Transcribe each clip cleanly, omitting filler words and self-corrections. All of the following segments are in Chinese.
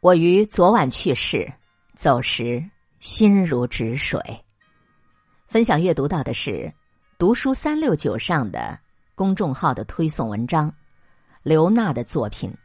我于昨晚去世，走时心如止水。分享阅读到的是读书369上的公众号的推送文章，刘娜的作品。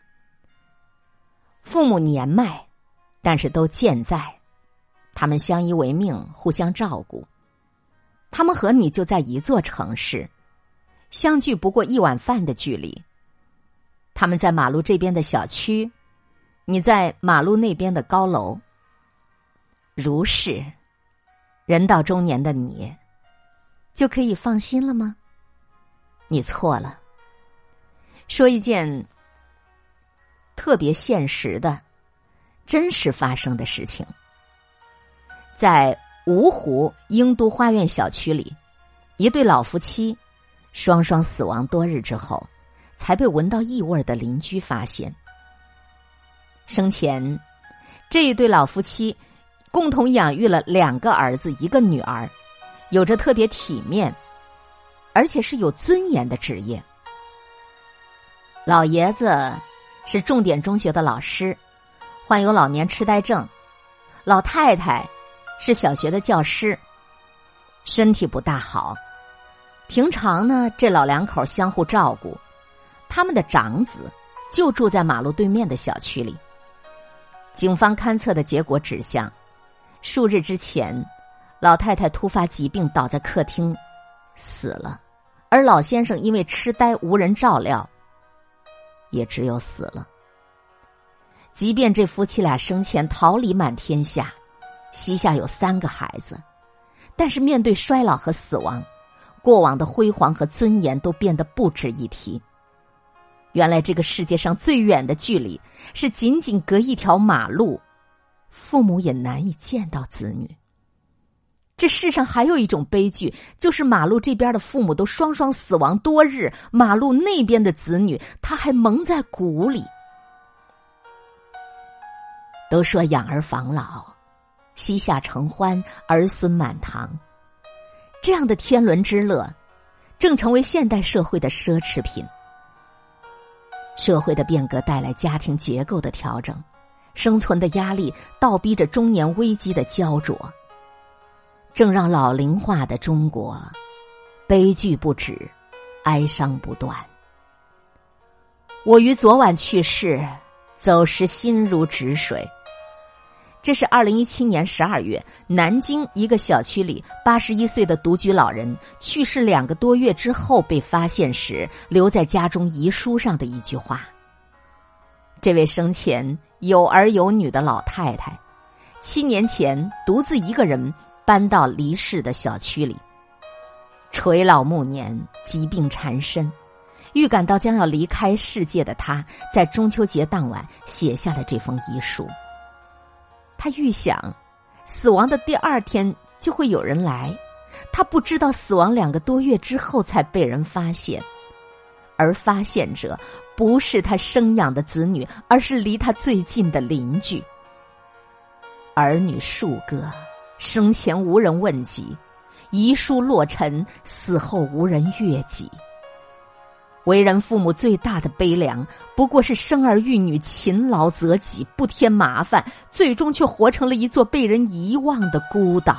父母年迈，但是都健在，他们相依为命，互相照顾。他们和你就在一座城市，相距不过1碗饭的距离。他们在马路这边的小区，你在马路那边的高楼。如是，人到中年的你，就可以放心了吗？你错了。说一件特别现实的、真实发生的事情。在芜湖英都花苑小区里，一对老夫妻双双死亡多日之后，才被闻到异味的邻居发现。生前，这一对老夫妻共同养育了2个儿子1个女儿，有着特别体面而且是有尊严的职业。老爷子是重点中学的老师，患有老年痴呆症；老太太是小学的教师，身体不大好。平常呢，这老2口相互照顾。他们的长子就住在马路对面的小区里。警方勘测的结果指向，数日之前，老太太突发疾病倒在客厅死了，而老先生因为痴呆无人照料，也只有死了。即便这夫妻俩生前桃李满天下，膝下有3个孩子，但是面对衰老和死亡，过往的辉煌和尊严都变得不值一提。原来这个世界上最远的距离是仅仅隔一条马路，父母也难以见到子女。这世上还有一种悲剧，就是马路这边的父母都双双死亡多日，马路那边的子女他还蒙在鼓里。都说养儿防老，膝下承欢，儿孙满堂，这样的天伦之乐正成为现代社会的奢侈品。社会的变革带来家庭结构的调整，生存的压力倒逼着中年危机的焦灼，正让老龄化的中国悲剧不止，哀伤不断。我于昨晚去世，走时心如止水。这是2017年12月，南京一个小区里81岁的独居老人去世2个多月之后被发现时留在家中遗书上的一句话。这位生前有儿有女的老太太，7年前独自一个人搬到离世的小区里。垂老暮年，疾病缠身，预感到将要离开世界的他，在中秋节当晚写下了这封遗书。他预想死亡的第2天就会有人来，他不知道死亡2个多月之后才被人发现，而发现者不是他生养的子女，而是离他最近的邻居。儿女数个，生前无人问及，遗书落尘，死后无人悦己。为人父母最大的悲凉，不过是生儿育女，勤劳择己，不添麻烦，最终却活成了一座被人遗忘的孤岛。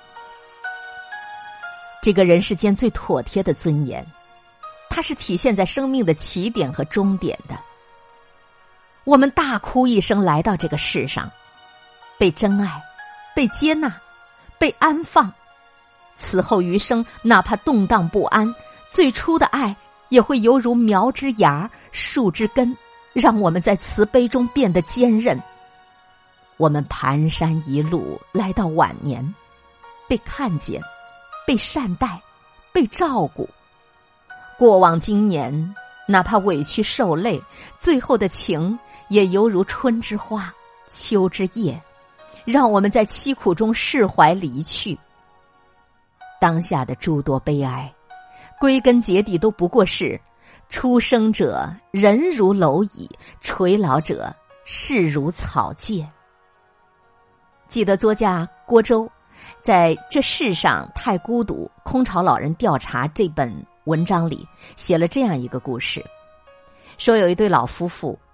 这个人世间最妥帖的尊严，它是体现在生命的起点和终点的。我们大哭一声来到这个世上，被真爱，被接纳，被安放。此后余生，哪怕动荡不安，最初的爱也会犹如苗之芽，树之根，让我们在慈悲中变得坚韧。我们蹒跚一路来到晚年，被看见，被善待，被照顾。过往今年，哪怕委屈受累，最后的情也犹如春之花，秋之叶，让我们在凄苦中释怀离去。当下的诸多悲哀，归根结底都不过是出生者人如蝼蚁，垂老者事如草芥。记得作家郭周在这世上太孤独，空巢老人调查这本文章里写了这样一个故事，说有一对老夫妇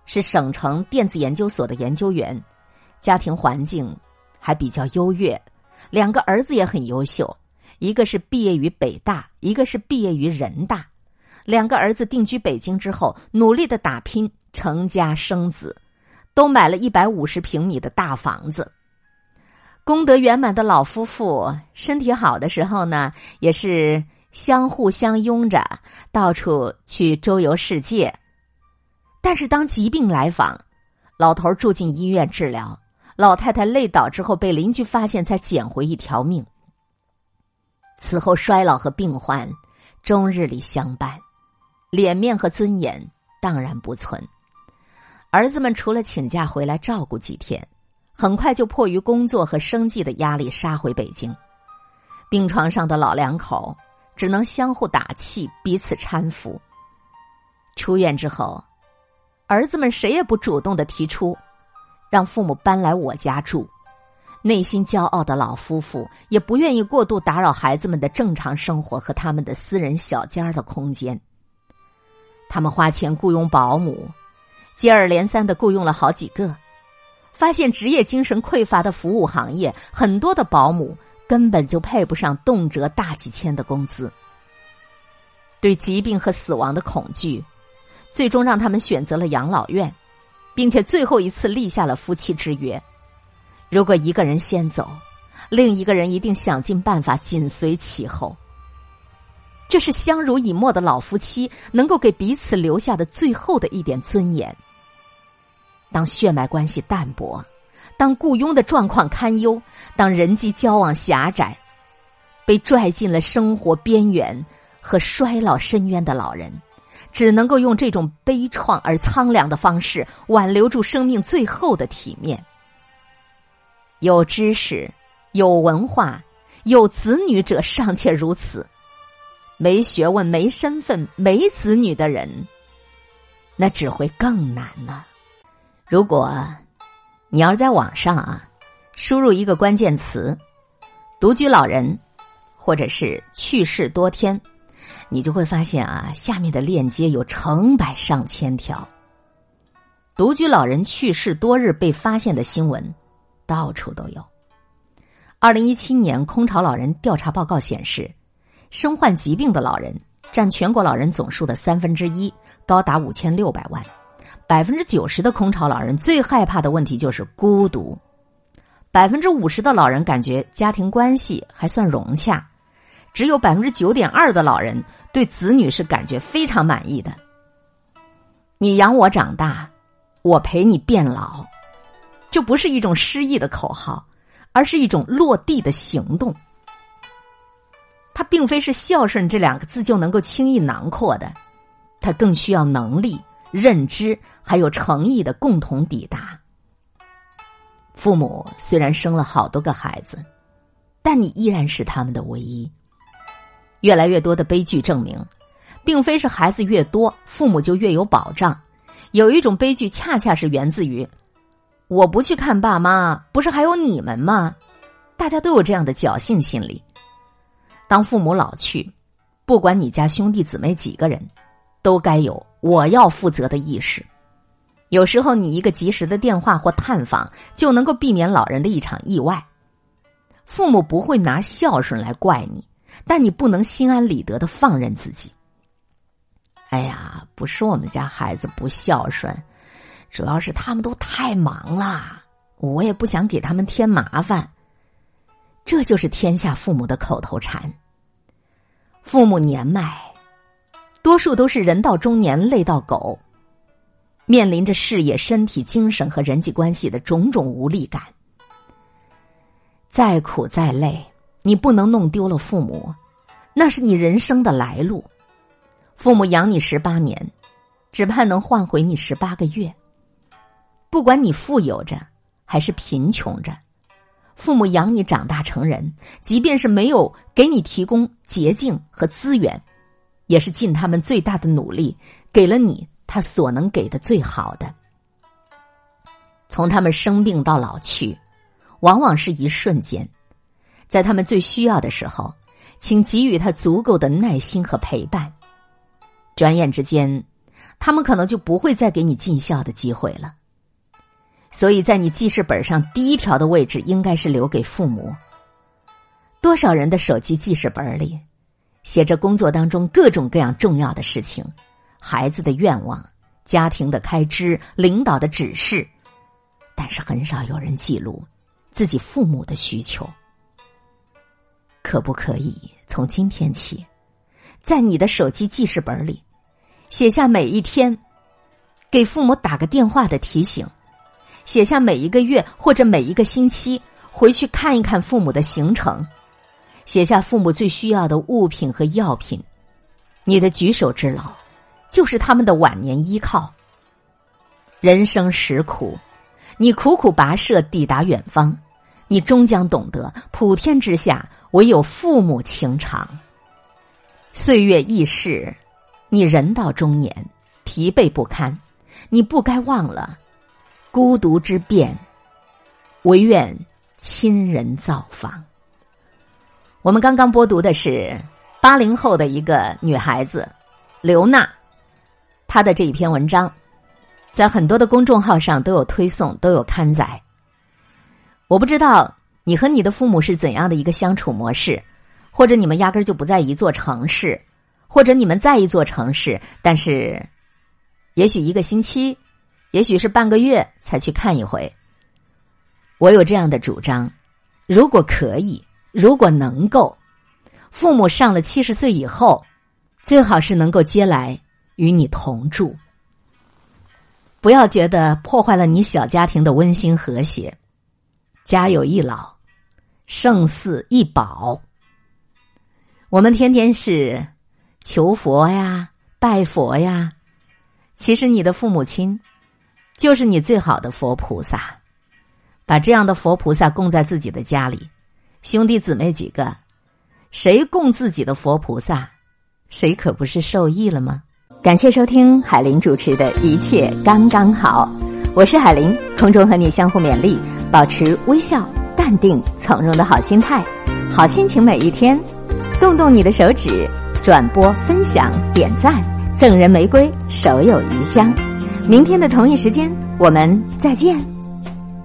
是省城电子研究所的研究员，家庭环境还比较优越，2个儿子也很优秀，一个是毕业于北大，一个是毕业于人大。2个儿子定居北京之后，努力的打拼，成家生子，都买了150平米的大房子。功德圆满的老夫妇，身体好的时候呢，也是相互相拥着，到处去周游世界。但是当疾病来访，老头住进医院治疗，老太太累倒之后被邻居发现，才捡回一条命。此后衰老和病患终日里相伴，脸面和尊严荡然不存。儿子们除了请假回来照顾几天，很快就迫于工作和生计的压力杀回北京。病床上的老两口只能相互打气，彼此搀扶。出院之后，儿子们谁也不主动地提出让父母搬来我家住，内心骄傲的老夫妇也不愿意过度打扰孩子们的正常生活和他们的私人小间的空间。他们花钱雇佣保姆，接二连三地雇佣了好几个，发现职业精神匮乏的服务行业，很多的保姆根本就配不上动辄大几千的工资。对疾病和死亡的恐惧，最终让他们选择了养老院，并且最后一次立下了夫妻之约：如果一个人先走，另一个人一定想尽办法紧随其后。这是相濡以沫的老夫妻能够给彼此留下的最后的一点尊严。当血脉关系淡薄，当雇佣的状况堪忧，当人际交往狭窄，被拽进了生活边缘和衰老深渊的老人，只能够用这种悲怆而苍凉的方式挽留住生命最后的体面。有知识、有文化、有子女者尚且如此，没学问、没身份、没子女的人，那只会更难了。如果你要是在网上输入一个关键词独居老人或者是去世多天，你就会发现下面的链接有成百上千条。独居老人去世多日被发现的新闻到处都有。2017年空巢老人调查报告显示，身患疾病的老人占全国老人总数的1/3，高达5600万。90%的空巢老人最害怕的问题就是孤独，50%的老人感觉家庭关系还算融洽，只有9.2%的老人对子女是感觉非常满意的。你养我长大，我陪你变老，这不是一种诗意的口号，而是一种落地的行动。它并非是孝顺这2个字就能够轻易囊括的，它更需要能力、认知还有诚意的共同抵达。父母虽然生了好多个孩子，但你依然是他们的唯一。越来越多的悲剧证明，并非是孩子越多，父母就越有保障。有一种悲剧恰恰是源自于我不去看爸妈，不是还有你们吗？大家都有这样的侥幸心理。当父母老去，不管你家兄弟姊妹几个人，都该有我要负责的意识。有时候你一个及时的电话或探访，就能够避免老人的一场意外。父母不会拿孝顺来怪你，但你不能心安理得的放任自己。哎呀，不是我们家孩子不孝顺，主要是他们都太忙了，我也不想给他们添麻烦。这就是天下父母的口头禅。父母年迈，多数都是人到中年累到狗，面临着事业、身体、精神和人际关系的种种无力感。再苦再累，你不能弄丢了父母，那是你人生的来路。父母养你18年，只盼能换回你18个月。不管你富有着还是贫穷着，父母养你长大成人，即便是没有给你提供捷径和资源，也是尽他们最大的努力，给了你他所能给的最好的。从他们生病到老去，往往是一瞬间，在他们最需要的时候，请给予他足够的耐心和陪伴。转眼之间， 他们可能就不会再给你尽孝的机会了。所以在你记事本上第一条的位置应该是留给父母。多少人的手机记事本里写着工作当中各种各样重要的事情，孩子的愿望，家庭的开支，领导的指示，但是很少有人记录自己父母的需求。可不可以从今天起，在你的手机记事本里写下每一天给父母打个电话的提醒，写下每一个月或者每一个星期回去看一看父母的行程，写下父母最需要的物品和药品。你的举手之劳就是他们的晚年依靠。人生实苦，你苦苦跋涉抵达远方，你终将懂得普天之下唯有父母情长。岁月易逝，你人到中年疲惫不堪，你不该忘了孤独之变，唯愿亲人造访。我们刚刚播读的是80后的一个女孩子刘娜，她的这一篇文章在很多的公众号上都有推送，都有刊载。我不知道你和你的父母是怎样的一个相处模式，或者你们压根就不在一座城市，或者你们在一座城市，但是也许1个星期，也许是半个月才去看一回。我有这样的主张，如果可以，如果能够，父母上了70岁以后，最好是能够接来与你同住。不要觉得破坏了你小家庭的温馨和谐。家有一老，胜似一宝。我们天天是求佛呀，拜佛呀，其实你的父母亲就是你最好的佛菩萨。把这样的佛菩萨供在自己的家里，兄弟姊妹几个，谁供自己的佛菩萨，谁可不是受益了吗？感谢收听海玲主持的一切刚刚好，我是海玲，空中和你相互勉励，保持微笑、淡定、从容的好心态，好心情每一天。动动你的手指，转播、分享、点赞，赠人玫瑰，手有余香。明天的同一时间，我们再见。